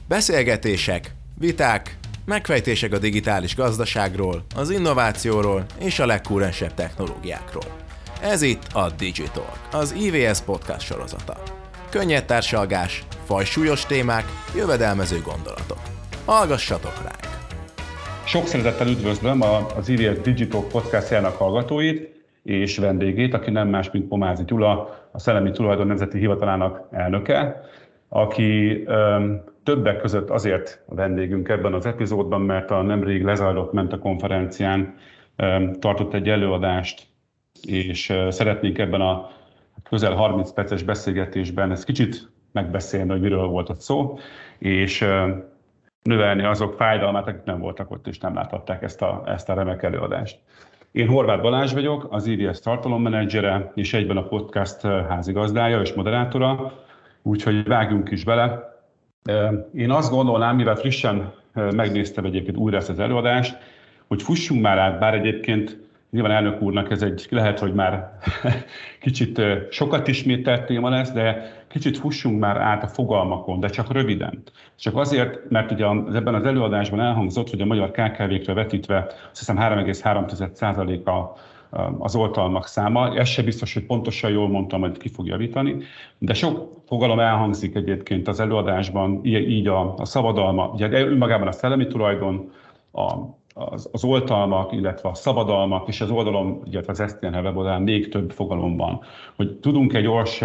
Beszélgetések, viták, megfejtések a digitális gazdaságról, az innovációról és a legkúrensebb technológiákról. Ez itt a Digitalk, az IVS podcast sorozata. Könnyed társalgás, fajsúlyos témák, jövedelmező gondolatok. Hallgassatok ránk! Sok szeretettel üdvözlöm az IVS Digitalk podcastjának hallgatóit és vendégét, aki nem más, mint Pomázi Gyula, a Szellemi Tulajdon Nemzeti Hivatalának elnöke, aki többek között azért a vendégünk ebben az epizódban, mert a nemrég lezajlott Mente konferencián tartott egy előadást, és szeretnénk ebben a közel 30 perces beszélgetésben ezt kicsit megbeszélni, hogy miről volt ott szó, és növelni azok fájdalmát, akik nem voltak ott és nem láthatták ezt a remek előadást. Én Horváth Balázs vagyok, az IVS tartalommenedzsere, és egyben a podcast házigazdája és moderátora, úgyhogy vágjunk is bele. Én azt gondolnám, mivel frissen megnéztem egyébként újra ezt az előadást, hogy fussunk már át, bár egyébként nyilván elnök úrnak ez lehet, hogy már kicsit sokat ismételt téma lesz, de kicsit fussunk már át a fogalmakon, de csak röviden. Csak azért, mert ugye ebben az előadásban elhangzott, hogy a magyar KKV-kre vetítve azt hiszem 3,3% az oltalmak száma. Ez se biztos, hogy pontosan jól mondtam, hogy ki fog javítani, de sok fogalom elhangzik egyébként az előadásban, így a szabadalma, ugye önmagában a szellemi tulajdon, az oltalmak, illetve a szabadalmak, és az oldalon, illetve az SZTN weboldalán még több fogalom van. Hogy tudunk egy gyors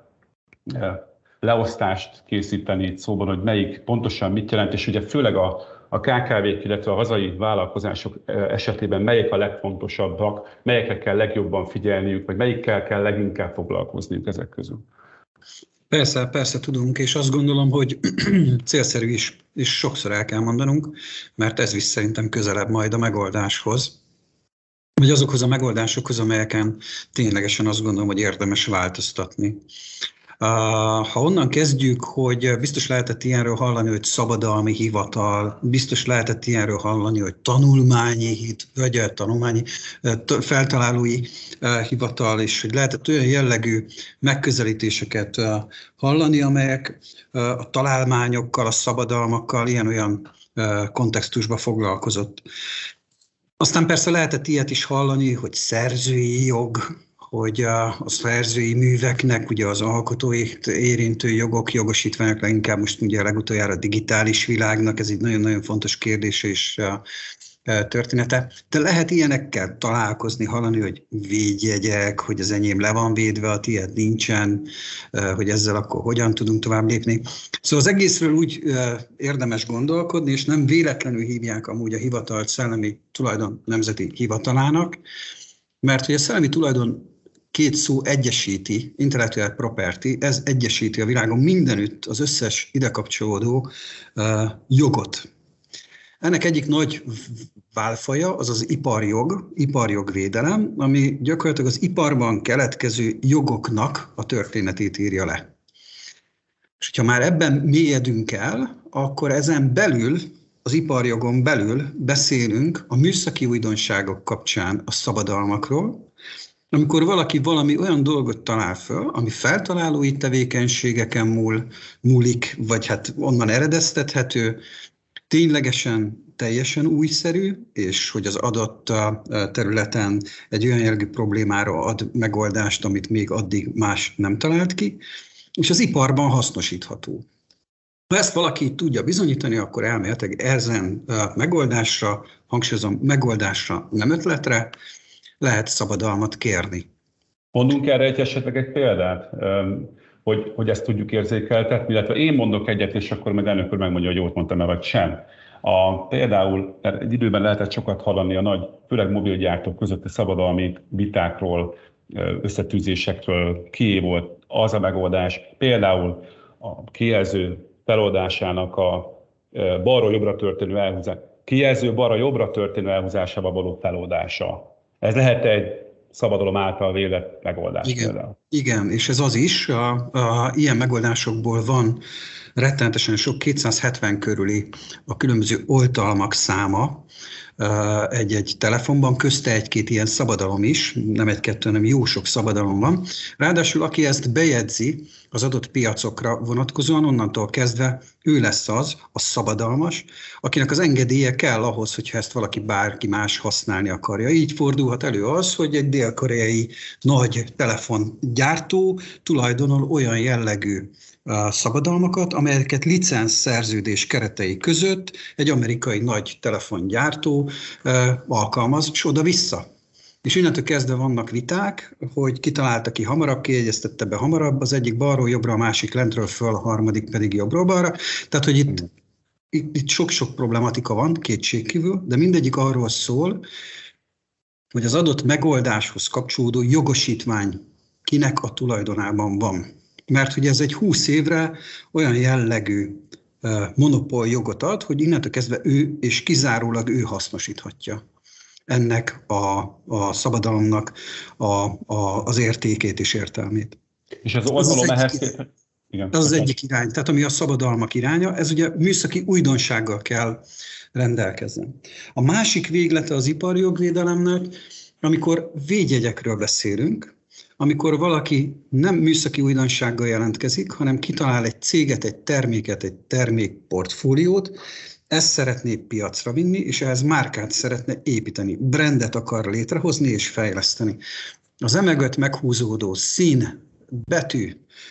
leosztást készíteni itt szóban, hogy melyik pontosan mit jelent, és ugye főleg a KKV-k, illetve a hazai vállalkozások esetében melyek a legfontosabbak, melyekre kell legjobban figyelniük, vagy melyikkel kell leginkább foglalkozniuk ezek közül. Persze tudunk, és azt gondolom, hogy célszerű is, és sokszor el kell mondanunk, mert ez visz szerintem közelebb majd a megoldáshoz, vagy azokhoz a megoldásokhoz, amelyeken ténylegesen azt gondolom, hogy érdemes változtatni. Ha onnan kezdjük, hogy biztos lehetett ilyenről hallani, hogy szabadalmi hivatal, biztos lehetett ilyenről hallani, hogy tanulmányi feltalálói hivatal, és hogy lehetett olyan jellegű megközelítéseket hallani, amelyek a találmányokkal, a szabadalmakkal ilyen-olyan kontextusba foglalkozott. Aztán persze lehetett ilyet is hallani, hogy szerzői jog, hogy a szerzői műveknek, ugye az alkotóit érintő jogok, jogosítványok, leginkább most ugye legutoljára a digitális világnak, ez egy nagyon-nagyon fontos kérdés és története. De lehet ilyenekkel találkozni, hallani, hogy védjegyek, hogy az enyém le van védve, a tiéd nincsen, hogy ezzel akkor hogyan tudunk tovább lépni. Szóval az egészről úgy érdemes gondolkodni, és nem véletlenül hívják amúgy a hivatalt Szellemi Tulajdon Nemzeti Hivatalának, mert hogy a szellemi tulajdon két szó egyesíti, intellectual property, ez egyesíti a világon mindenütt az összes ide kapcsolódó jogot. Ennek egyik nagy válfaja az az iparjogvédelem, ami gyakorlatilag az iparban keletkező jogoknak a történetét írja le. És ha már ebben mélyedünk el, akkor ezen belül, az iparjogon belül beszélünk a műszaki újdonságok kapcsán a szabadalmakról, amikor valaki valami olyan dolgot talál föl, ami feltalálói tevékenységeken múlik, vagy hát onnan eredeztethető, ténylegesen teljesen újszerű, és hogy az adott területen egy olyan jellegű problémára ad megoldást, amit még addig más nem talált ki, és az iparban hasznosítható. Ha ezt valaki tudja bizonyítani, akkor elméletileg ezen megoldásra, hangsúlyozom, megoldásra, nem ötletre, lehet szabadalmat kérni. Mondunk erre esetleg egy példát, hogy ezt tudjuk érzékeltetni, illetve én mondok egyet, és akkor meg elnök úr megmondja, hogy jót mondtam-e, vagy sem. Például egy időben lehetett sokat hallani a nagy, főleg mobilgyártók közötti szabadalmi vitákról, összetűzésekről, kié volt az a megoldás, például a kijelző feloldásának a balról jobbra történő elhúzása, kijelző balra jobbra történő elhúzásával való feloldása. Ez lehet egy szabadalom által védett megoldás. Igen, és ez az is, ilyen megoldásokból van rettenetesen sok, 270 körüli a különböző oltalmak száma egy-egy telefonban, közte egy-két ilyen szabadalom is, nem egy-kettő, hanem jó sok szabadalom van. Ráadásul aki ezt bejegyzi az adott piacokra vonatkozóan, onnantól kezdve ő lesz az, a szabadalmas, akinek az engedélye kell ahhoz, hogyha ezt bárki más használni akarja. Így fordulhat elő az, hogy egy dél-koreai nagy telefongyártó tulajdonol olyan jellegű szabadalmakat, amelyeket licenszszerződés keretei között egy amerikai nagy telefongyártó alkalmaz, és oda-vissza. És innentől kezdve vannak viták, hogy ki találta ki hamarabb, ki jegyeztette be hamarabb, az egyik balról jobbra, a másik lentről föl, a harmadik pedig jobbról balra. Tehát, hogy itt sok-sok problematika van, kétségkívül, de mindegyik arról szól, hogy az adott megoldáshoz kapcsolódó jogosítvány kinek a tulajdonában van. Mert hogy ez egy 20 évre olyan jellegű monopól-jogot ad, hogy innentől kezdve ő és kizárólag ő hasznosíthatja ennek a szabadalomnak az értékét és értelmét. És az oldalom ehhez... Igen, az egyik irány, tehát ami a szabadalmak iránya, ez ugye műszaki újdonsággal kell rendelkezzen. A másik véglete az iparjogvédelemnek, amikor védjegyekről beszélünk, amikor valaki nem műszaki újdonsággal jelentkezik, hanem kitalál egy céget, egy terméket, egy termékportfóliót, ezt szeretné piacra vinni, és ehhez márkát szeretne építeni, brandet akar létrehozni és fejleszteni. Az emögött meghúzódó szín, betű,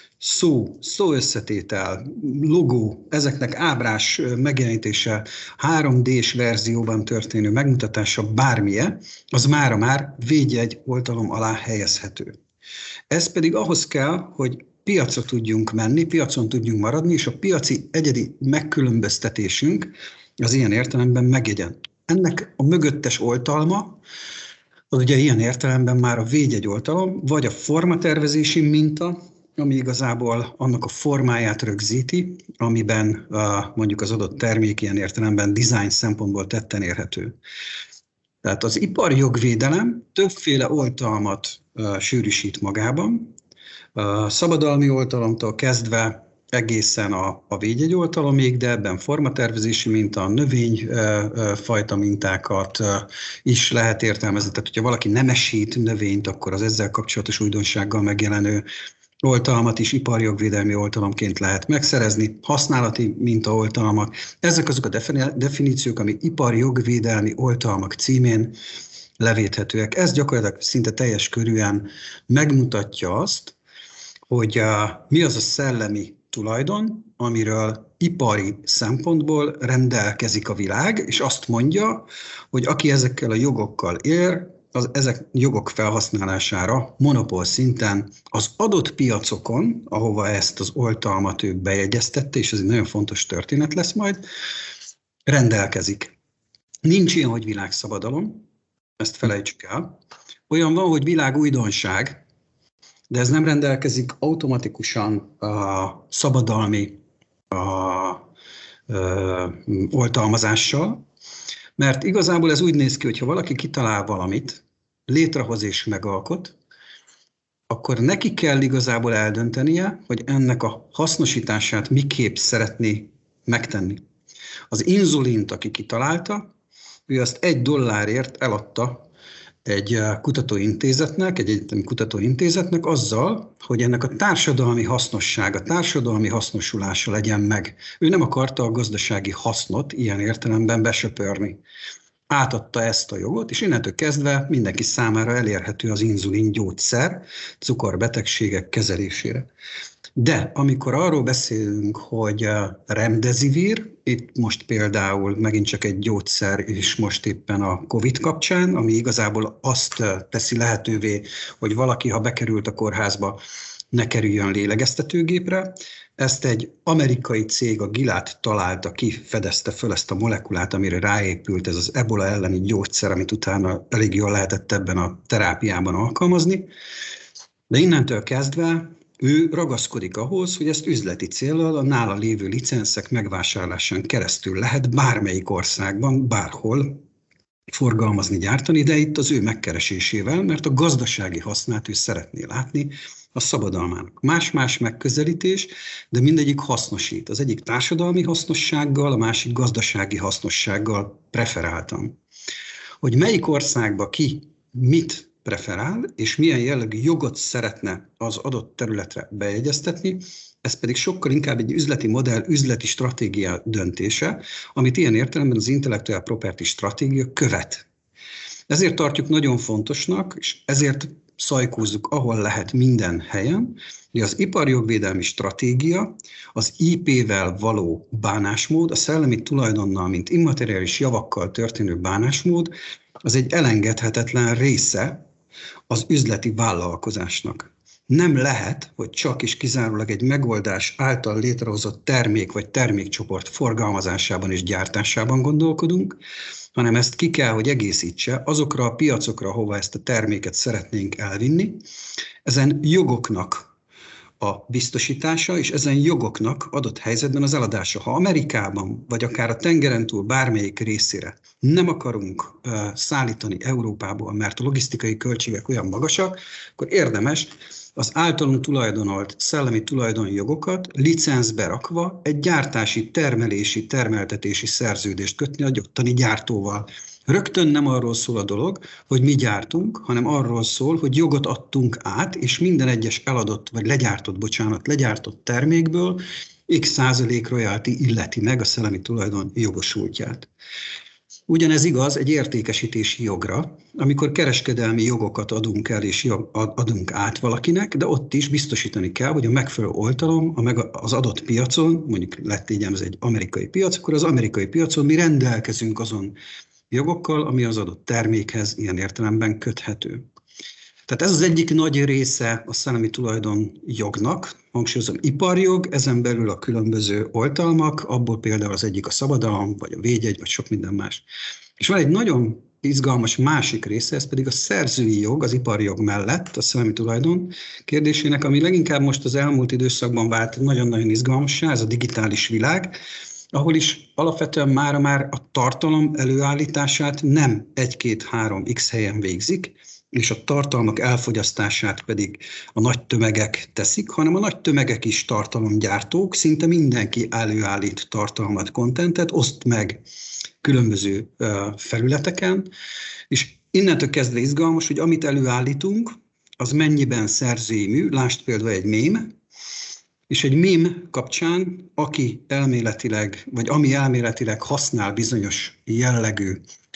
szó összetétel, logó, ezeknek ábrás megjelenítése, 3D-s verzióban történő megmutatása bármilyen, az mára már védjegy oltalom alá helyezhető. Ez pedig ahhoz kell, hogy piacra tudjunk menni, piacon tudjunk maradni, és a piaci egyedi megkülönböztetésünk az ilyen értelemben megjegyen. Ennek a mögöttes oltalma, az ugye ilyen értelemben már a védjegy oltalom, vagy a formatervezési minta, ami igazából annak a formáját rögzíti, amiben mondjuk az adott termék ilyen értelemben design szempontból tetten érhető. Tehát az iparjogvédelem többféle oltalmat sűrűsít magában, szabadalmi oltalomtól kezdve egészen a védjegy oltalomig, de ebben formatervezési minta, növényfajta mintákat is lehet értelmezni. Tehát, hogyha valaki nemesít növényt, akkor az ezzel kapcsolatos újdonsággal megjelenő oltalmat is iparjogvédelmi oltalomként lehet megszerezni, használati mintaoltalmak. Ezek azok a definíciók, ami iparjogvédelmi oltalmak címén levédhetőek. Ez gyakorlatilag szinte teljes körűen megmutatja azt, hogy mi az a szellemi tulajdon, amiről ipari szempontból rendelkezik a világ, és azt mondja, hogy aki ezekkel a jogokkal él, ezek jogok felhasználására monopól szinten az adott piacokon, ahova ezt az oltalmat ő bejegyeztette, és ez egy nagyon fontos történet lesz majd, rendelkezik. Nincs ilyen, hogy világszabadalom, ezt felejtsük el. Olyan van, hogy világújdonság, de ez nem rendelkezik automatikusan a szabadalmi oltalmazással, mert igazából ez úgy néz ki, hogy ha valaki kitalál valamit, létrehoz és megalkot, akkor neki kell igazából eldöntenie, hogy ennek a hasznosítását miképp szeretné megtenni. Az inzulint, aki kitalálta, ő azt $1 eladta egy kutatóintézetnek, egy egyetemi kutatóintézetnek azzal, hogy ennek a társadalmi hasznossága, társadalmi hasznosulása legyen meg. Ő nem akarta a gazdasági hasznot ilyen értelemben besöpörni. Átadta ezt a jogot, és innentől kezdve mindenki számára elérhető az inzulin gyógyszer cukorbetegségek kezelésére. De amikor arról beszélünk, hogy remdesivir, itt most például megint csak egy gyógyszer, és most éppen a Covid kapcsán, ami igazából azt teszi lehetővé, hogy valaki, ha bekerült a kórházba, ne kerüljön lélegeztetőgépre. Ezt egy amerikai cég, a Gilead találta ki, fedezte föl ezt a molekulát, amire ráépült ez az ebola elleni gyógyszer, amit utána elég jól lehetett ebben a terápiában alkalmazni. De innentől kezdve ő ragaszkodik ahhoz, hogy ezt üzleti céllal a nála lévő licenszek megvásárlásán keresztül lehet bármelyik országban, bárhol forgalmazni, gyártani, de itt az ő megkeresésével, mert a gazdasági hasznát ő szeretné látni a szabadalmának. Más-más megközelítés, de mindegyik hasznosít. Az egyik társadalmi hasznossággal, a másik gazdasági hasznossággal preferáltam. Hogy melyik országba ki mit preferál, és milyen jellegű jogot szeretne az adott területre bejegyeztetni, ez pedig sokkal inkább egy üzleti modell, üzleti stratégia döntése, amit ilyen értelemben az Intellectual Property stratégia követ. Ezért tartjuk nagyon fontosnak, és ezért szajkózzuk, ahol lehet minden helyen, hogy az iparjogvédelmi stratégia, az IP-vel való bánásmód, a szellemi tulajdonnal, mint immateriális javakkal történő bánásmód, az egy elengedhetetlen része az üzleti vállalkozásnak. Nem lehet, hogy csak és kizárólag egy megoldás által létrehozott termék vagy termékcsoport forgalmazásában és gyártásában gondolkodunk, hanem ezt ki kell, hogy egészítse azokra a piacokra, hova ezt a terméket szeretnénk elvinni, ezen jogoknak a biztosítása, és ezen jogoknak adott helyzetben az eladása. Ha Amerikában, vagy akár a tengeren túl bármelyik részére nem akarunk szállítani Európából, mert a logisztikai költségek olyan magasak, akkor érdemes az általunk tulajdonolt szellemi tulajdonjogokat licencbe rakva egy gyártási, termelési, termeltetési szerződést kötni a ottani gyártóval. Rögtön nem arról szól a dolog, hogy mi gyártunk, hanem arról szól, hogy jogot adtunk át, és minden egyes eladott, vagy legyártott termékből x% royalty illeti meg a szellemi tulajdon jogosultját. Ugyanez igaz egy értékesítési jogra, amikor kereskedelmi jogokat adunk el és adunk át valakinek, de ott is biztosítani kell, hogy a megfelelő oltalom az adott piacon, mondjuk lett így ez egy amerikai piac, akkor az amerikai piacon mi rendelkezünk azon jogokkal, ami az adott termékhez ilyen értelemben köthető. Tehát ez az egyik nagy része a szellemi tulajdon jognak, hangsúlyozom iparjog, ezen belül a különböző oltalmak, abból például az egyik a szabadalom, vagy a védjegy, vagy sok minden más. És van egy nagyon izgalmas másik része, ez pedig a szerzői jog, az iparjog mellett, a szellemi tulajdon kérdésének, ami leginkább most az elmúlt időszakban vált nagyon-nagyon izgalmassá, ez a digitális világ, ahol is alapvetően már a tartalom előállítását nem 1-2-3x helyen végzik, és a tartalmak elfogyasztását pedig a nagy tömegek teszik, hanem a nagy tömegek is tartalomgyártók, szinte mindenki előállít tartalmat, contentet, oszt meg különböző felületeken, és innentől kezdve izgalmas, hogy amit előállítunk, az mennyiben szerzői mű, lásd például egy mém, és egy mém kapcsán, aki elméletileg, vagy ami elméletileg használ bizonyos jellegű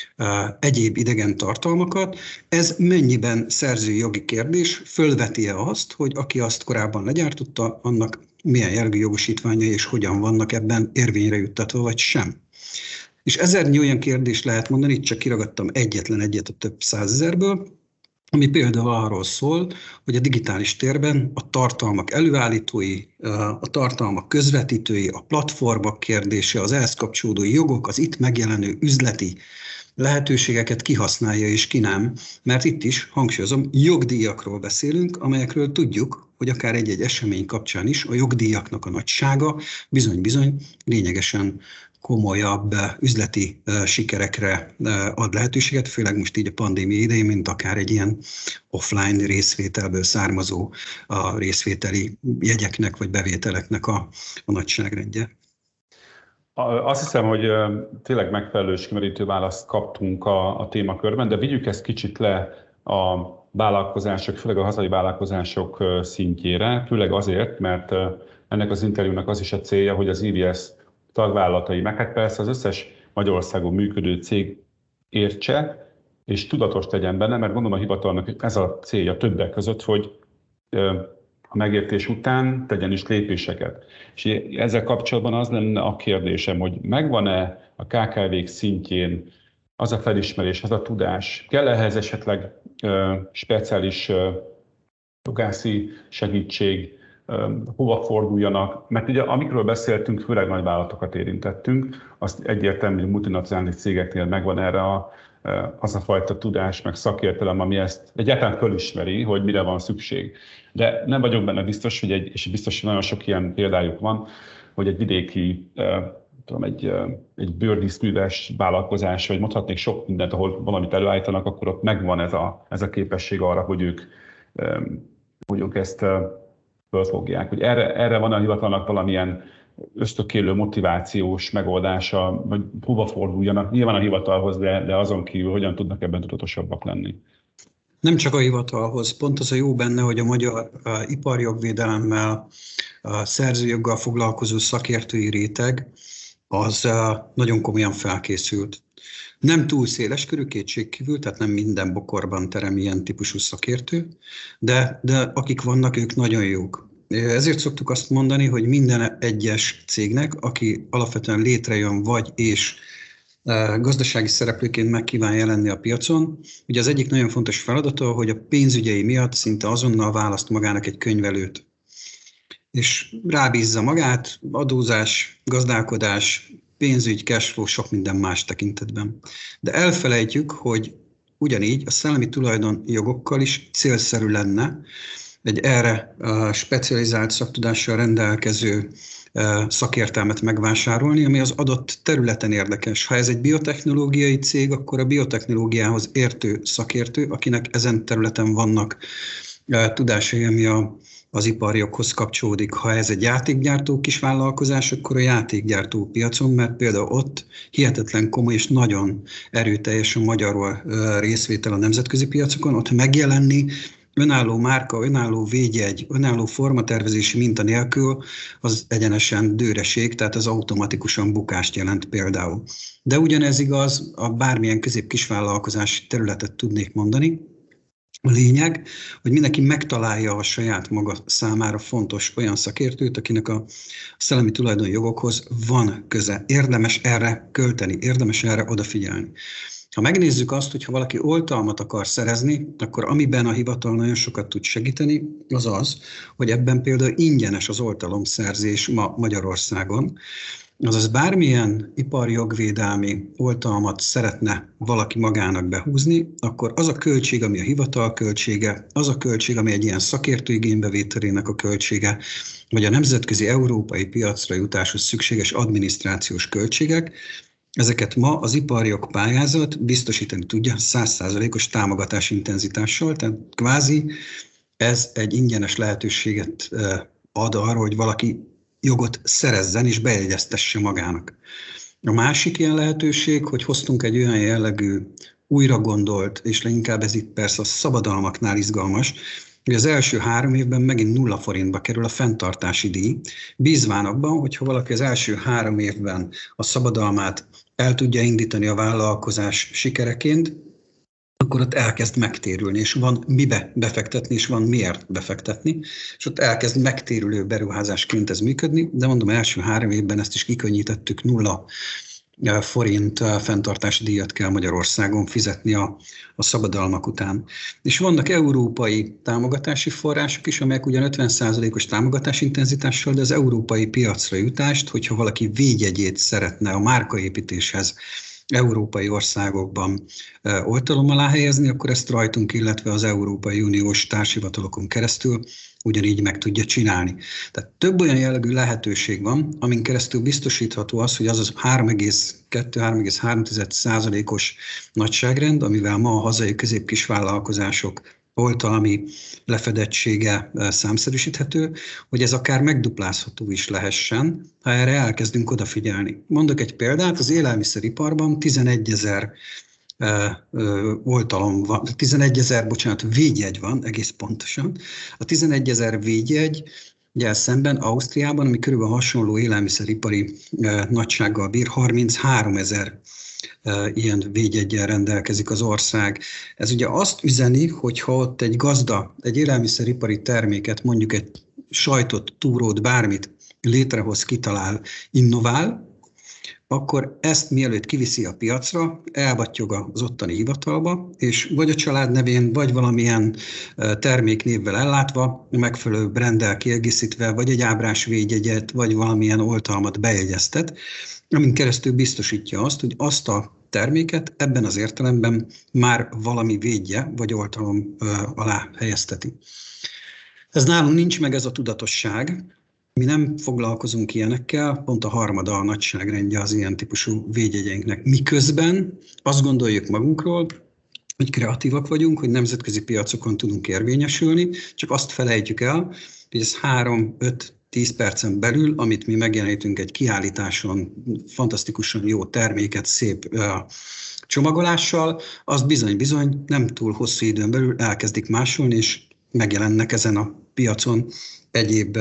egyéb idegen tartalmakat, ez mennyiben szerzői jogi kérdés, fölveti-e azt, hogy aki azt korábban legyártotta, annak milyen jellegű jogosítványai és hogyan vannak ebben érvényre juttatva, vagy sem. És ezernyi olyan kérdést lehet mondani, itt csak kiragadtam egyetlen egyet a több százezerből, ami például arról szól, hogy a digitális térben a tartalmak előállítói, a tartalmak közvetítői, a platformok kérdése, az ehhez kapcsolódó jogok, az itt megjelenő üzleti lehetőségeket kihasználja és ki nem, mert itt is, hangsúlyozom, jogdíjakról beszélünk, amelyekről tudjuk, hogy akár egy-egy esemény kapcsán is a jogdíjaknak a nagysága bizony-bizony lényegesen komolyabb üzleti sikerekre ad lehetőséget, főleg most így a pandémia idején, mint akár egy ilyen offline részvételből származó a részvételi jegyeknek vagy bevételeknek a nagyságrendje. Azt hiszem, hogy tényleg megfelelő és kimerítő választ kaptunk a témakörben, de vigyük ezt kicsit le a vállalkozások, főleg a hazai vállalkozások szintjére, főleg azért, mert ennek az interjúnak az is a célja, hogy az IVS tagvállalatai, meg hát persze az összes Magyarországon működő cég értse, és tudatos tegyen benne, mert gondolom a hivatalnak ez a célja többek között, hogy a megértés után tegyen is lépéseket. És ezzel kapcsolatban az lenne a kérdésem, hogy megvan-e a KKV-k szintjén az a felismerés, az a tudás, kell ehhez esetleg speciális jogászi segítség, hova forduljanak, mert ugye amikről beszéltünk, főleg nagyvállalatokat érintettünk, azt egyértelmű, hogy multinacionális cégeknél megvan erre az a fajta tudás, meg szakértelem, ami ezt egyáltalán fölismeri, hogy mire van szükség. De nem vagyok benne biztos, hogy és biztos, hogy nagyon sok ilyen példájuk van, hogy egy vidéki, egy bőrdíszműves vállalkozás, vagy mondhatnék sok mindent, ahol valamit előállítanak, akkor ott megvan ez a képesség arra, hogy ők mondjuk ezt fölfogják. Hogy erre van a hivatalnak valamilyen ösztökélő motivációs megoldása, vagy hova forduljanak, nyilván a hivatalhoz, de azon kívül hogyan tudnak ebben tudatosabbak lenni? Nem csak a hivatalhoz, pont az a jó benne, hogy a magyar iparjogvédelemmel, szerzőjoggal foglalkozó szakértői réteg az nagyon komolyan felkészült. Nem túl széles körű, kétségkívül, tehát nem minden bokorban terem ilyen típusú szakértő, de akik vannak, ők nagyon jók. Ezért szoktuk azt mondani, hogy minden egyes cégnek, aki alapvetően létrejön és gazdasági szereplőként meg kíván jelenni a piacon, ugye az egyik nagyon fontos feladata, hogy a pénzügyei miatt szinte azonnal választ magának egy könyvelőt. És rábízza magát, adózás, gazdálkodás, pénzügy, cashflow, sok minden más tekintetben. De elfelejtjük, hogy ugyanígy a szellemi tulajdonjogokkal is célszerű lenne egy erre specializált szaktudással rendelkező szakértelmet megvásárolni, ami az adott területen érdekes. Ha ez egy biotechnológiai cég, akkor a biotechnológiához értő szakértő, akinek ezen területen vannak tudásai, ami az iparjoghoz kapcsolódik. Ha ez egy játékgyártó kisvállalkozás, akkor a játékgyártó piacon, mert például ott hihetetlen komoly és nagyon erőteljes a magyar részvétel a nemzetközi piacokon, ott megjelenni önálló márka, önálló védjegy, önálló formatervezési minta nélkül az egyenesen dőreség, tehát az automatikusan bukást jelent például. De ugyanez igaz, a bármilyen közép-kisvállalkozási területet tudnék mondani. A lényeg, hogy mindenki megtalálja a saját maga számára fontos olyan szakértőt, akinek a szellemi tulajdonjogokhoz van köze. Érdemes erre költeni, érdemes erre odafigyelni. Ha megnézzük azt, hogy ha valaki oltalmat akar szerezni, akkor amiben a hivatal nagyon sokat tud segíteni, az az, hogy ebben például ingyenes az oltalomszerzés ma Magyarországon. Azaz bármilyen iparjogvédelmi oltalmat szeretne valaki magának behúzni, akkor az a költség, ami a hivatal költsége, az a költség, ami egy ilyen szakértő igénybevételének a költsége, vagy a nemzetközi európai piacra jutáshoz szükséges adminisztrációs költségek, ezeket ma az iparjog pályázat biztosítani tudja 100%-os támogatási intenzitással, tehát kvázi ez egy ingyenes lehetőséget ad arra, hogy valaki jogot szerezzen és bejegyeztesse magának. A másik ilyen lehetőség, hogy hoztunk egy olyan jellegű újra gondolt, és leginkább ez itt persze a szabadalmaknál izgalmas, hogy az első 3 évben megint 0 forintba kerül a fenntartási díj, bízván abban, hogyha valaki az első 3 évben a szabadalmát el tudja indítani a vállalkozás sikereként, akkor ott elkezd megtérülni, és van mibe befektetni, és van miért befektetni, és ott elkezd megtérülő beruházásként ez működni, de mondom, első 3 évben ezt is kikönnyítettük, 0 forint fenntartási díjat kell Magyarországon fizetni a szabadalmak után. És vannak európai támogatási források is, amelyek ugyan 50%-os támogatási intenzitással, de az európai piacra jutást, hogyha valaki védjegyét szeretne a márkaépítéshez európai országokban oltalom alá helyezni, akkor ezt rajtunk, illetve az Európai Uniós társhivatalokon keresztül ugyanígy meg tudja csinálni. Tehát több olyan jellegű lehetőség van, amin keresztül biztosítható az, hogy az 3,2-3,3%-os nagyságrend, amivel ma a hazai közép-kisvállalkozások oltalmi lefedettsége számszerűsíthető, hogy ez akár megduplázható is lehessen, ha erre elkezdünk odafigyelni. Mondok egy példát, az élelmiszeriparban 11 000 védjegy van, egész pontosan. A 11 000 védjegy ugye szemben Ausztriában, ami körülbelül hasonló élelmiszeripari nagysággal bír, 33 000 ilyen védjeggyel rendelkezik az ország. Ez ugye azt üzeni, hogy ha ott egy gazda egy élelmiszeripari terméket, mondjuk egy sajtot, túrót, bármit létrehoz, kitalál, innovál, akkor ezt mielőtt kiviszi a piacra, elbattyog az ottani hivatalba, és vagy a család nevén, vagy valamilyen terméknévvel ellátva, megfelelő brenddel kiegészítve, vagy egy ábrás védjegyet, vagy valamilyen oltalmat bejegyeztet, amin keresztül biztosítja azt, hogy azt a terméket ebben az értelemben már valami védje, vagy oltalom alá helyezteti. Ez nálunk nincs meg, ez a tudatosság. Mi nem foglalkozunk ilyenekkel, pont a harmada a nagyságrendje az ilyen típusú védjegyeinknek. Miközben azt gondoljuk magunkról, hogy kreatívak vagyunk, hogy nemzetközi piacokon tudunk érvényesülni, csak azt felejtjük el, hogy ez 3-5-10 percen belül, amit mi megjelenítünk egy kiállításon, fantasztikusan jó terméket, szép csomagolással, azt bizony-bizony nem túl hosszú időn belül elkezdik másolni, és megjelennek ezen a piacon egyéb,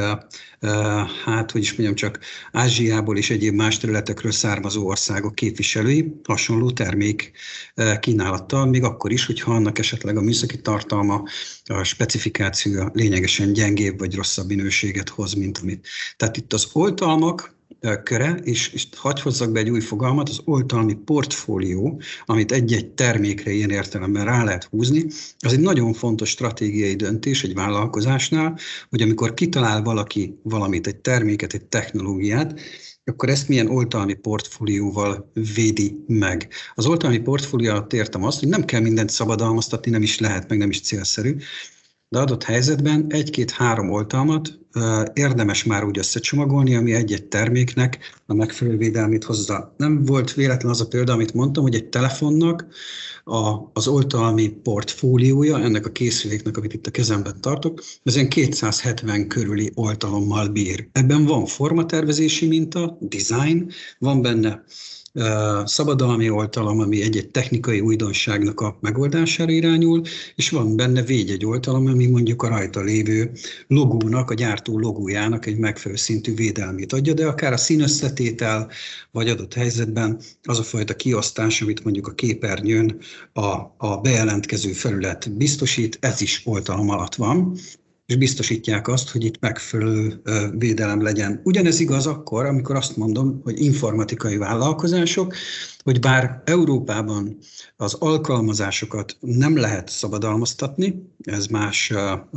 csak Ázsiából és egyéb más területekről származó országok képviselői hasonló termék kínálattal, még akkor is, hogyha annak esetleg a műszaki tartalma, a specifikációja lényegesen gyengébb vagy rosszabb minőséget hoz, mint amit. Tehát itt az oltalmak köre, és hadd hozzak be egy új fogalmat, az oltalmi portfólió, amit egy-egy termékre ilyen értelemben rá lehet húzni, az egy nagyon fontos stratégiai döntés egy vállalkozásnál, hogy amikor kitalál valaki valamit, egy terméket, egy technológiát, akkor ezt milyen oltalmi portfólióval védi meg. Az oltalmi portfólió alatt értem azt, hogy nem kell mindent szabadalmaztatni, nem is lehet, meg nem is célszerű, de adott helyzetben 1-2-3 oltalmat érdemes már úgy összecsomagolni, ami egy-egy terméknek a megfelelő védelmét hozza. Nem volt véletlen az a példa, amit mondtam, hogy egy telefonnak az oltalmi portfóliója, ennek a készüléknek, amit itt a kezemben tartok, az ilyen 270 körüli oltalommal bír. Ebben van formatervezési minta, design, van benne szabadalmi oltalom, ami egy-egy technikai újdonságnak a megoldására irányul, és van benne védjegy oltalom, ami mondjuk a rajta lévő logónak, a gyártó logójának egy megfelelő szintű védelmét adja, de akár a színösszetétel, vagy adott helyzetben az a fajta kiosztás, amit mondjuk a képernyőn a bejelentkező felület biztosít, ez is oltalom alatt van, és biztosítják azt, hogy itt megfelelő védelem legyen. Ugyanez igaz akkor, amikor azt mondom, hogy informatikai vállalkozások, hogy bár Európában az alkalmazásokat nem lehet szabadalmaztatni, ez más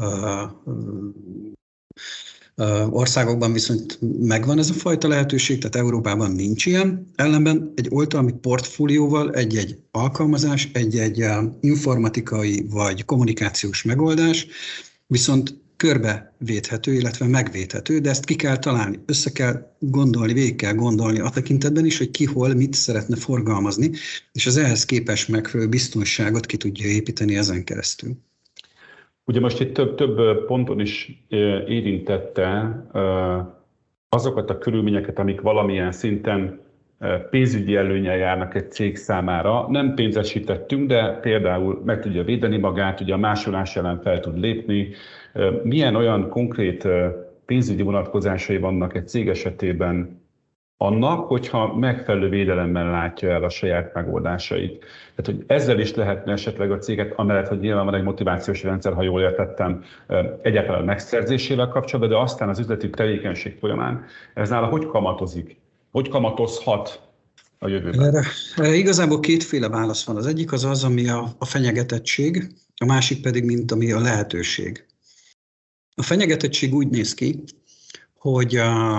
országokban viszont megvan ez a fajta lehetőség, tehát Európában nincs ilyen. Ellenben egy oltalmi portfólióval egy-egy alkalmazás, egy-egy informatikai vagy kommunikációs megoldás viszont körbevédhető, illetve megvédhető, de ezt ki kell találni, össze kell gondolni, végig kell gondolni a tekintetben is, hogy ki hol mit szeretne forgalmazni, és az ehhez képest megfelelő biztonságot ki tudja építeni ezen keresztül. Ugye most itt több ponton is érintette azokat a körülményeket, amik valamilyen szinten pénzügyi előnnyel járnak egy cég számára. Nem pénzesítettünk, de például meg tudja védeni magát, ugye a másolás ellen fel tud lépni. Milyen olyan konkrét pénzügyi vonatkozásai vannak egy cég esetében annak, hogyha megfelelő védelemmel látja el a saját megoldásait. Tehát, hogy ezzel is lehetne esetleg a céget, amellett, hogy nyilván van egy motivációs rendszer, ha jól értettem, egyáltalán megszerzésével kapcsolatban, de aztán az üzleti tevékenység folyamán ez nála hogy kamatozik? Hogy kamatozhat a jövőben? Erre igazából kétféle válasz van. Az egyik az az, ami a fenyegetettség, a másik pedig, mint ami a lehetőség. A fenyegetettség úgy néz ki, hogy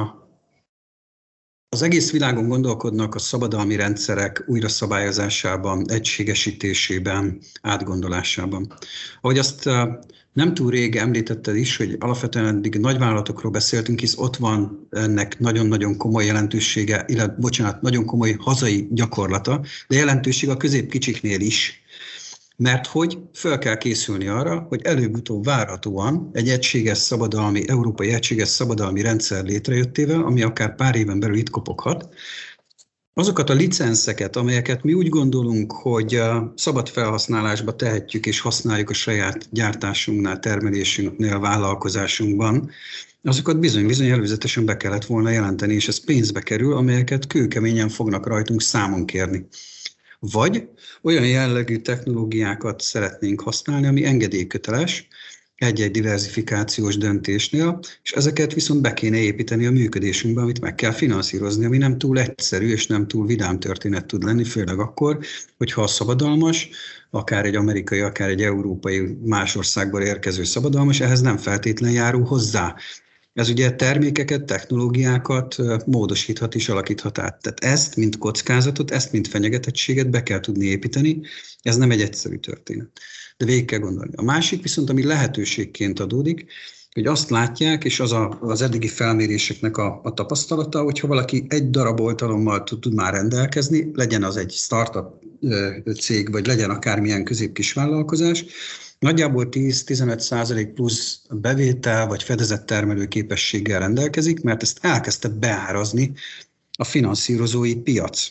az egész világon gondolkodnak a szabadalmi rendszerek újraszabályozásában, egységesítésében, átgondolásában. Ahogy azt nem túl rég említetted is, hogy alapvetően eddig nagyvállalatokról beszéltünk, hisz ott van ennek nagyon-nagyon komoly jelentősége, illetve, nagyon komoly hazai gyakorlata, de jelentőség a középkicsiknél is. Mert hogy föl kell készülni arra, hogy előbb-utóbb várhatóan egy európai egységes szabadalmi rendszer létrejöttével, ami akár pár éven belül itt kopoghat, azokat a licenszeket, amelyeket mi úgy gondolunk, hogy szabad felhasználásba tehetjük és használjuk a saját gyártásunknál, termelésünknél, vállalkozásunkban, azokat bizony-bizony előzetesen be kellett volna jelenteni, és ez pénzbe kerül, amelyeket kőkeményen fognak rajtunk számon kérni. Vagy olyan jellegű technológiákat szeretnénk használni, ami engedélyköteles egy-egy diversifikációs döntésnél, és ezeket viszont be kéne építeni a működésünkbe, amit meg kell finanszírozni, ami nem túl egyszerű és nem túl vidám történet tud lenni, főleg akkor, hogyha a szabadalmas, akár egy amerikai, akár egy európai más országból érkező szabadalmas, ehhez nem feltétlenül járul hozzá. Ez ugye termékeket, technológiákat módosíthat és alakíthat át. Tehát ezt, mint kockázatot, ezt, mint fenyegetettséget be kell tudni építeni. Ez nem egy egyszerű történet, de végig kell gondolni. A másik viszont, ami lehetőségként adódik, hogy azt látják, és az eddigi felméréseknek a tapasztalata, hogyha valaki egy darab oltalommal tud már rendelkezni, legyen az egy startup cég, vagy legyen akármilyen középkis vállalkozás, nagyjából 10-15% plusz bevétel vagy fedezett termelő képességgel rendelkezik, mert ezt elkezdte beárazni a finanszírozói piac.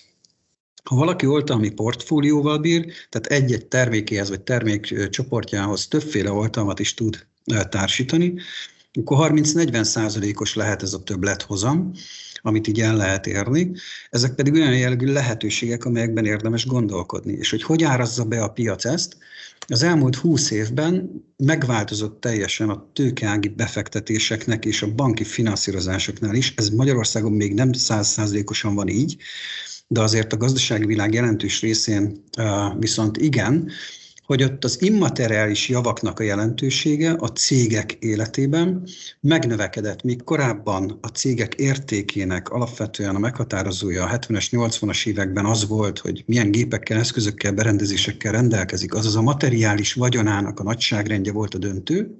Ha valaki oltalmi portfólióval bír, tehát egy-egy termékéhez vagy termékcsoportjához többféle oltalmat is tud társítani, akkor 30-40%-os lehet ez a többlethozam, amit így el lehet érni. Ezek pedig olyan jellegű lehetőségek, amelyekben érdemes gondolkodni. És hogy árazza be a piac ezt? Az elmúlt 20 évben megváltozott teljesen a tőkeági befektetéseknek és a banki finanszírozásoknál is. Ez Magyarországon még nem 100%-osan van így, de azért a gazdasági világ jelentős részén viszont igen, hogy ott az immateriális javaknak a jelentősége a cégek életében megnövekedett, míg korábban a cégek értékének alapvetően a meghatározója a 70-es, 80-as években az volt, hogy milyen gépekkel, eszközökkel, berendezésekkel rendelkezik, azaz a materiális vagyonának a nagyságrendje volt a döntő,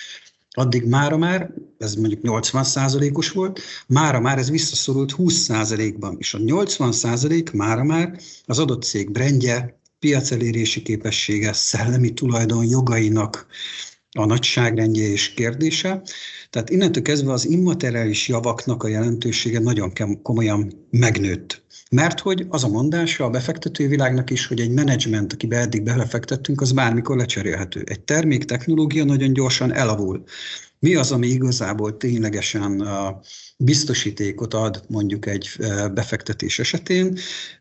addig mára már, ez mondjuk 80%-os volt, mára már ez visszaszorult 20%-ban, és a 80% mára már az adott cég brandje, piacelérési képessége, szellemi tulajdon jogainak a nagyságrendje és kérdése. Tehát innentől kezdve az immateriális javaknak a jelentősége nagyon komolyan megnőtt. Mert hogy az a mondása a befektetői világnak is, hogy egy menedzsment, akibe eddig belefektettünk, az bármikor lecserélhető. Egy termék technológia nagyon gyorsan elavul. Mi az, ami igazából ténylegesen biztosítékot ad mondjuk egy befektetés esetén,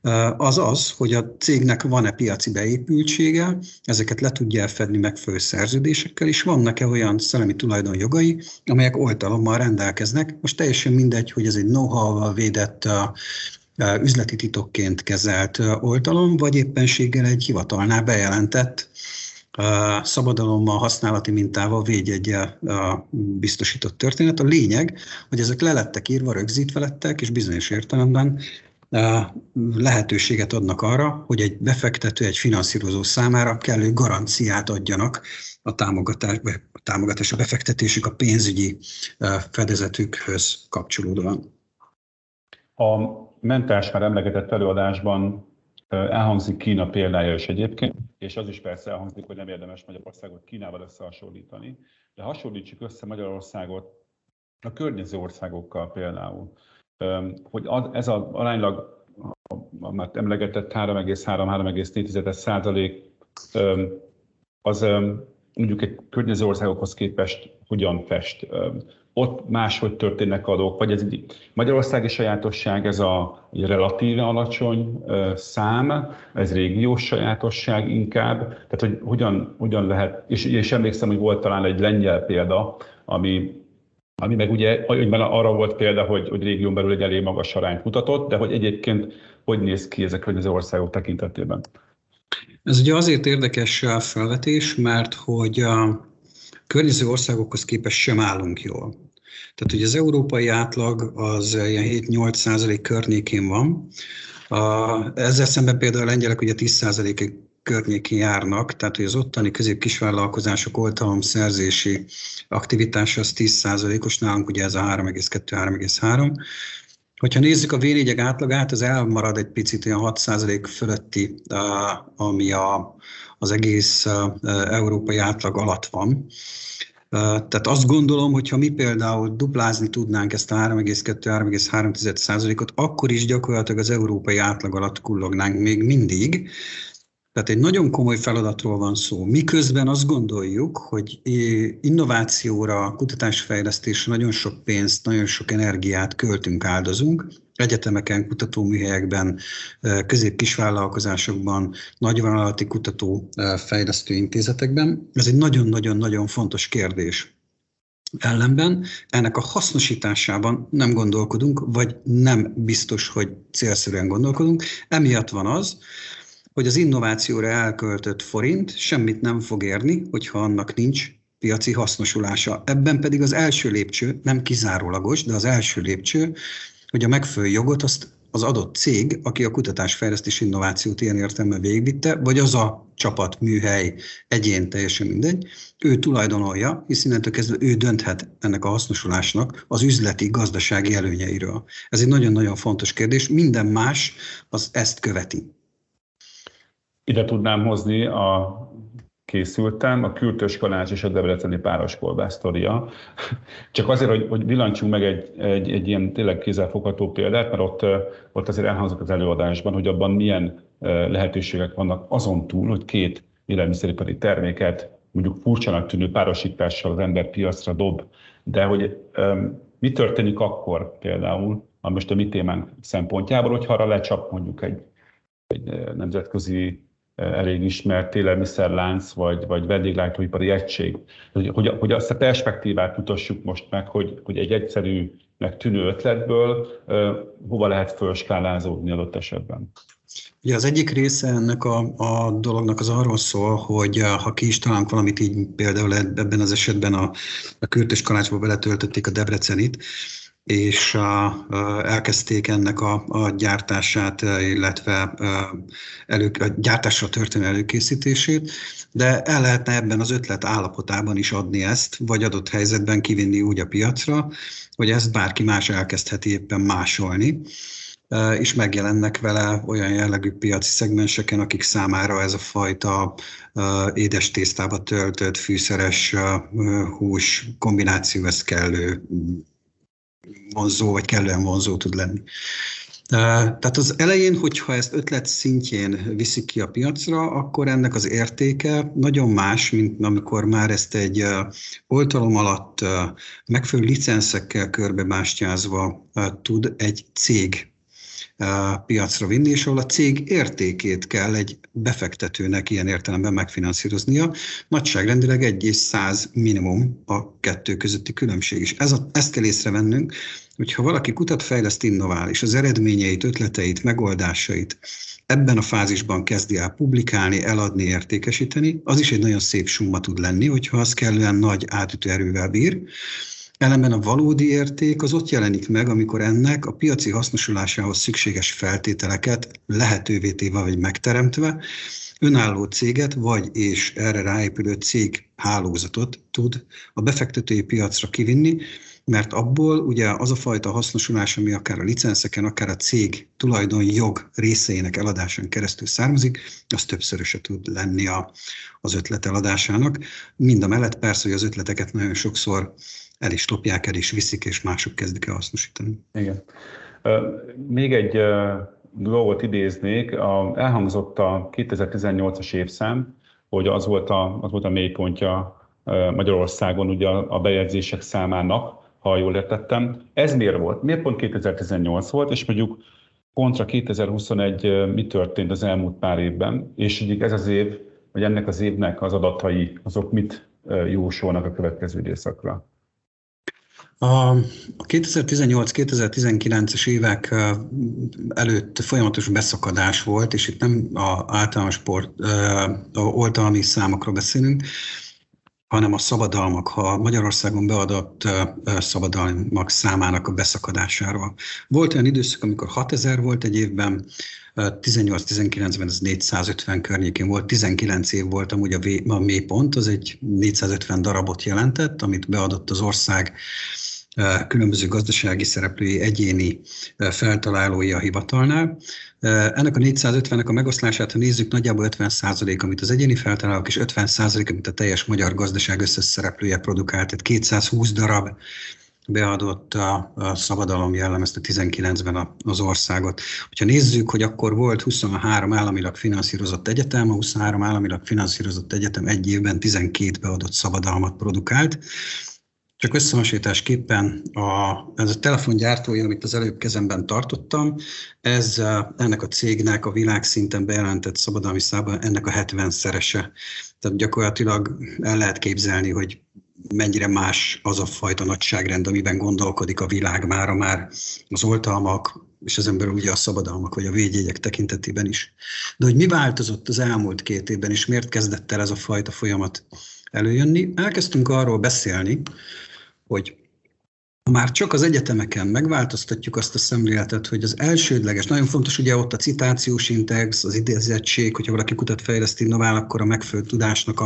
az az, hogy a cégnek van-e piaci beépültsége, ezeket le tudja fedni megfelelő szerződésekkel, és vannak-e olyan szellemi tulajdonjogai, amelyek oltalommal rendelkeznek. Most teljesen mindegy, hogy ez egy know-how-val védett üzleti titokként kezelt oltalom, vagy éppenséggel egy hivatalnál bejelentett szabadalommal, használati mintával, védjeggyel biztosított történet. A lényeg, hogy ezek le lettek írva, rögzítve lettek, és bizonyos értelemben lehetőséget adnak arra, hogy egy befektető, egy finanszírozó számára kellő garanciát adjanak a támogatás, a befektetésük, a pénzügyi fedezetükhöz kapcsolódóan. A Mentás már emlegetett előadásban elhangzik Kína példája is egyébként, és az is persze elhangzik, hogy nem érdemes Magyarországot Kínával összehasonlítani, de hasonlítsuk össze Magyarországot a környező országokkal például. Hogy ez az aránylag, a már emlegetett 3,3-3,4% az mondjuk egy környező országokhoz képest hogyan fest. Ott máshogy történnek a dolgok, vagy ez egy magyarországi sajátosság, ez a relatíve alacsony szám, ez régiós sajátosság inkább, tehát hogy hogyan lehet, és emlékszem, hogy volt talán egy lengyel példa, ami meg ugye arra volt példa, hogy régión belül egy elég magas arányt mutatott, de hogy egyébként hogy néz ki ezek az országok tekintetében? Ez ugye azért érdekes felvetés, mert hogy a környező országokhoz képest sem állunk jól. Tehát, hogy az európai átlag az ilyen 7-8% környékén van. Ezzel szemben például a lengyelek ugye 10% környékén járnak, tehát hogy az ottani közép-kisvállalkozások oltalomszerzési aktivitása az 10%-os, nálunk ugye ez a 3,2-3,3. Hogyha nézzük a V4-ek átlagát, az elmarad egy picit olyan 6% fölötti, ami az egész európai átlag alatt van. Tehát azt gondolom, hogy ha mi például duplázni tudnánk ezt a 3,2-3,3%-ot, akkor is gyakorlatilag az európai átlag alatt kullognánk még mindig. Tehát egy nagyon komoly feladatról van szó. Miközben azt gondoljuk, hogy innovációra, kutatásfejlesztésre nagyon sok pénzt, nagyon sok energiát költünk, áldozunk. Egyetemeken, kutatóműhelyekben, közép-kisvállalkozásokban, nagyvállalati kutató-fejlesztő intézetekben. Ez egy nagyon-nagyon-nagyon fontos kérdés. Ellenben ennek a hasznosításában nem gondolkodunk, vagy nem biztos, hogy célszerűen gondolkodunk. Emiatt van az, hogy az innovációra elköltött forint semmit nem fog érni, hogyha annak nincs piaci hasznosulása. Ebben pedig az első lépcső, nem kizárólagos, de az első lépcső, hogy a megfelelő jogot azt az adott cég, aki a kutatásfejlesztés innovációt ilyen értelemben végigvitte, vagy az a csapat, műhely, egyén, teljesen mindegy, ő tulajdonolja, hisz innentől kezdve ő dönthet ennek a hasznosulásnak az üzleti, gazdasági előnyeiről. Ez egy nagyon-nagyon fontos kérdés, minden más az ezt követi. Ide tudnám hozni készültem, a Kürtös kalács és a debreceni pároskolbász sztoria. Csak azért, hogy villancsunk meg egy ilyen tényleg kézzelfogható példát, mert ott azért elhangzott az előadásban, hogy abban milyen lehetőségek vannak azon túl, hogy két élelmiszeripari terméket mondjuk furcsának tűnő párosítással az ember piacra dob. De hogy mi történik akkor például, most a mi témánk szempontjából, hogyha arra lecsap mondjuk egy nemzetközi elég ismert élelmiszerlánc, vagy vendéglátóipari egység. Hogy azt a perspektívát mutassuk most meg, hogy egy egyszerűnek tűnő ötletből hova lehet fölskálázódni adott esetben. Ugye az egyik része ennek a dolognak az arról szól, hogy ha ki is találunk valamit, így például ebben az esetben a Kürtös kalácsba beletöltötték a Debrecenit, és elkezdték ennek a gyártását, illetve a gyártásra történő előkészítését, de el lehetne ebben az ötlet állapotában is adni ezt, vagy adott helyzetben kivinni úgy a piacra, hogy ezt bárki más elkezdheti éppen másolni, és megjelennek vele olyan jellegű piaci szegmenseken, akik számára ez a fajta édes tésztába töltött fűszeres hús kombináció, ez kellő vonzó, vagy kellően vonzó tud lenni. Tehát az elején, hogyha ezt ötlet szintjén viszik ki a piacra, akkor ennek az értéke nagyon más, mint amikor már ezt egy oltalom alatt megfelelő licenszekkel körbebástyázva tud egy cég piacra vinni, és ahol a cég értékét kell egy befektetőnek ilyen értelemben megfinanszíroznia. Nagyságrendileg 1 és 100 minimum a kettő közötti különbség is. Ezt kell észrevennünk, hogyha valaki kutat, fejleszt, innovál, és az eredményeit, ötleteit, megoldásait ebben a fázisban kezdi el publikálni, eladni, értékesíteni, az is egy nagyon szép summa tud lenni, hogyha az kellően nagy átütő erővel bír. Ellenben a valódi érték az ott jelenik meg, amikor ennek a piaci hasznosulásához szükséges feltételeket lehetővé téve vagy megteremtve önálló céget vagy és erre ráépülő cég hálózatot tud a befektetői piacra kivinni, mert abból ugye az a fajta hasznosulás, ami akár a licenszeken, akár a cég tulajdonjog részeinek eladásán keresztül származik, az többszöröse tud lenni az ötlet eladásának. Mindamellett persze, hogy az ötleteket nagyon sokszor el is lopják, el is viszik, és mások kezdik el hasznosítani. Igen. Még egy dolgot idéznék, elhangzott a 2018-as évszám, hogy az volt a mélypontja Magyarországon ugye a bejegyzések számának, ha jól értettem. Ez miért volt? Miért pont 2018 volt, és mondjuk kontra 2021 mi történt az elmúlt pár évben, és ugye ez az év, vagy ennek az évnek az adatai, azok mit jósolnak a következő időszakra? A 2018-2019-es évek előtt folyamatos beszakadás volt, és itt nem az általános oltalmi számokról beszélünk, hanem a szabadalmak, ha Magyarországon beadott szabadalmak számának a beszakadásáról. Volt olyan időszak, amikor 6000 volt egy évben, 18-19-ben ez 450 környékén volt, 19 év volt amúgy a mélypont, az egy 450 darabot jelentett, amit beadott az ország különböző gazdasági szereplői, egyéni feltalálói a hivatalnál. Ennek a 450-nek a megoszlását, ha nézzük, nagyjából 50%, amit az egyéni feltalálók, és 50%, amit a teljes magyar gazdaság összes szereplője produkált, tehát 220 darab beadott a szabadalom jellemezte 19-ben az országot. Ha nézzük, hogy akkor volt 23 államilag finanszírozott egyetem, a 23 államilag finanszírozott egyetem egy évben 12 beadott szabadalmat produkált. Csak összehasonlításképpen ez a telefongyártója, amit az előbb kezemben tartottam, ez ennek a cégnek a világszinten bejelentett szabadalmi számban ennek a 70-szerese. Tehát gyakorlatilag el lehet képzelni, hogy mennyire más az a fajta nagyságrend, amiben gondolkodik a világ mára már az oltalmak, és ezen belül ugye a szabadalmak vagy a védjegyek tekintetében is. De hogy mi változott az elmúlt 2 évben, és miért kezdett el ez a fajta folyamat előjönni? Elkezdtünk arról beszélni, hogy Ha már csak az egyetemeken megváltoztatjuk azt a szemléletet, hogy az elsődleges, nagyon fontos ugye ott a citációs index, az idézettség, hogyha valaki kutat, fejleszt, innovál, akkor a megfelelő tudásnak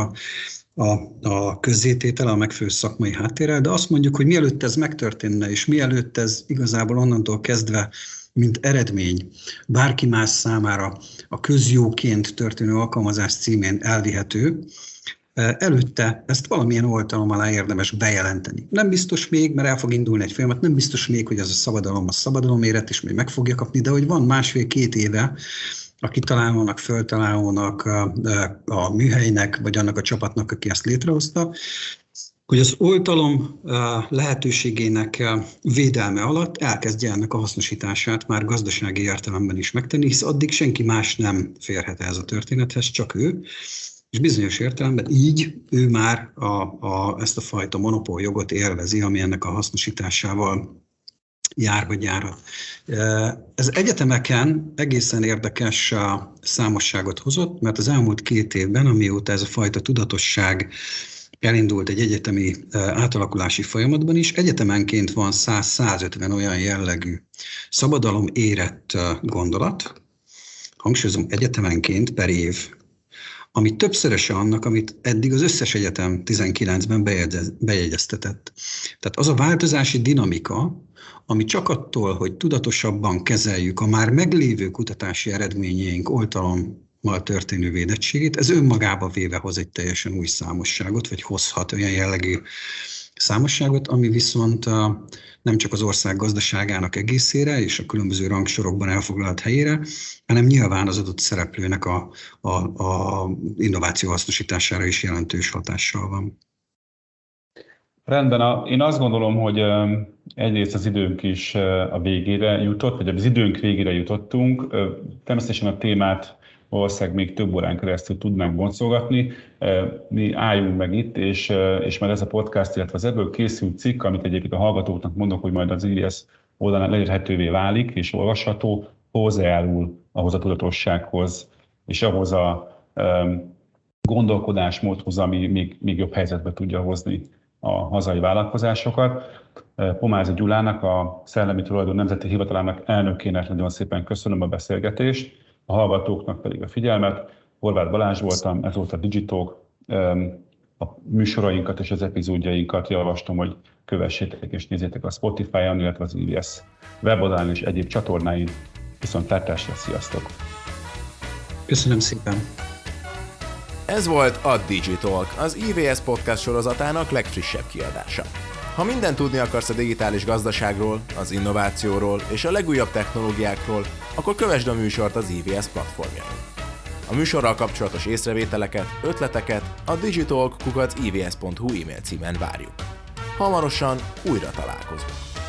a közzététele, a megfelelő szakmai háttérrel, de azt mondjuk, hogy mielőtt ez megtörténne, és mielőtt ez igazából onnantól kezdve, mint eredmény, bárki más számára a közjóként történő alkalmazás címén elvihető, előtte ezt valamilyen oltalom alá érdemes bejelenteni. Nem biztos még, mert el fog indulni egy folyamat, nem biztos még, hogy az a szabadalom éret, és még meg fogja kapni, de hogy van 1,5-2 éve a kitalálónak, föltalálónak, a műhelynek, vagy annak a csapatnak, aki ezt létrehozta, hogy az oltalom lehetőségének védelme alatt elkezdje ennek a hasznosítását már gazdasági értelemben is megtenni, hisz addig senki más nem férhet ehhez a történethez, csak ő. És bizonyos értelemben így ő már ezt a fajta monopóljogot élvezi, ami ennek a hasznosításával jár vagy járhat. Ez egyetemeken egészen érdekes számosságot hozott, mert az elmúlt 2 évben, amióta ez a fajta tudatosság elindult egy egyetemi átalakulási folyamatban is, egyetemenként van 100-150 olyan jellegű szabadalom érett gondolat, hangsúlyozom, egyetemenként per év, ami többszöröse annak, amit eddig az összes egyetem 19-ben bejegyeztetett. Tehát az a változási dinamika, ami csak attól, hogy tudatosabban kezeljük a már meglévő kutatási eredményeink oltalommal történő védettségét, ez önmagába véve hoz egy teljesen új számosságot, vagy hozhat olyan jellegű számosságot, ami viszont nem csak az ország gazdaságának egészére és a különböző rangsorokban elfoglalt helyére, hanem nyilván az adott szereplőnek a innováció hasznosítására is jelentős hatással van. Rendben, én azt gondolom, hogy egyrészt az időnk is a végére jutott, vagy az időnk végére jutottunk. Természetesen a témát valószínűleg még több órán keresztül tudnánk boncolgatni. Mi álljunk meg itt, és már ez a podcast, illetve az ebből készült cikk, amit egyébként a hallgatóknak mondok, hogy majd az IVS oldalán elérhetővé válik és olvasható, hozzájárul ahhoz a tudatossághoz, és ahhoz a gondolkodásmódhoz, ami még jobb helyzetbe tudja hozni a hazai vállalkozásokat. Pomázi Gyulának, a Szellemi Tulajdon Nemzeti Hivatalának elnökének nagyon szépen köszönöm a beszélgetést, a hallgatóknak pedig a figyelmet. Horváth Balázs voltam, ez volt a Digitalk. A műsorainkat és az epizódjainkat javaslom, hogy kövessétek és nézzétek a Spotify-on, illetve az IVS weboldalán és egyéb csatornáin. Viszontlátásra, sziasztok! Köszönöm szépen! Ez volt a Digitalk, az IVS podcast sorozatának legfrissebb kiadása. Ha mindent tudni akarsz a digitális gazdaságról, az innovációról és a legújabb technológiákról, akkor kövesd a műsort az IVS platformjain. A műsorral kapcsolatos észrevételeket, ötleteket a digitalk@ivs.hu e-mail címen várjuk. Hamarosan újra találkozunk.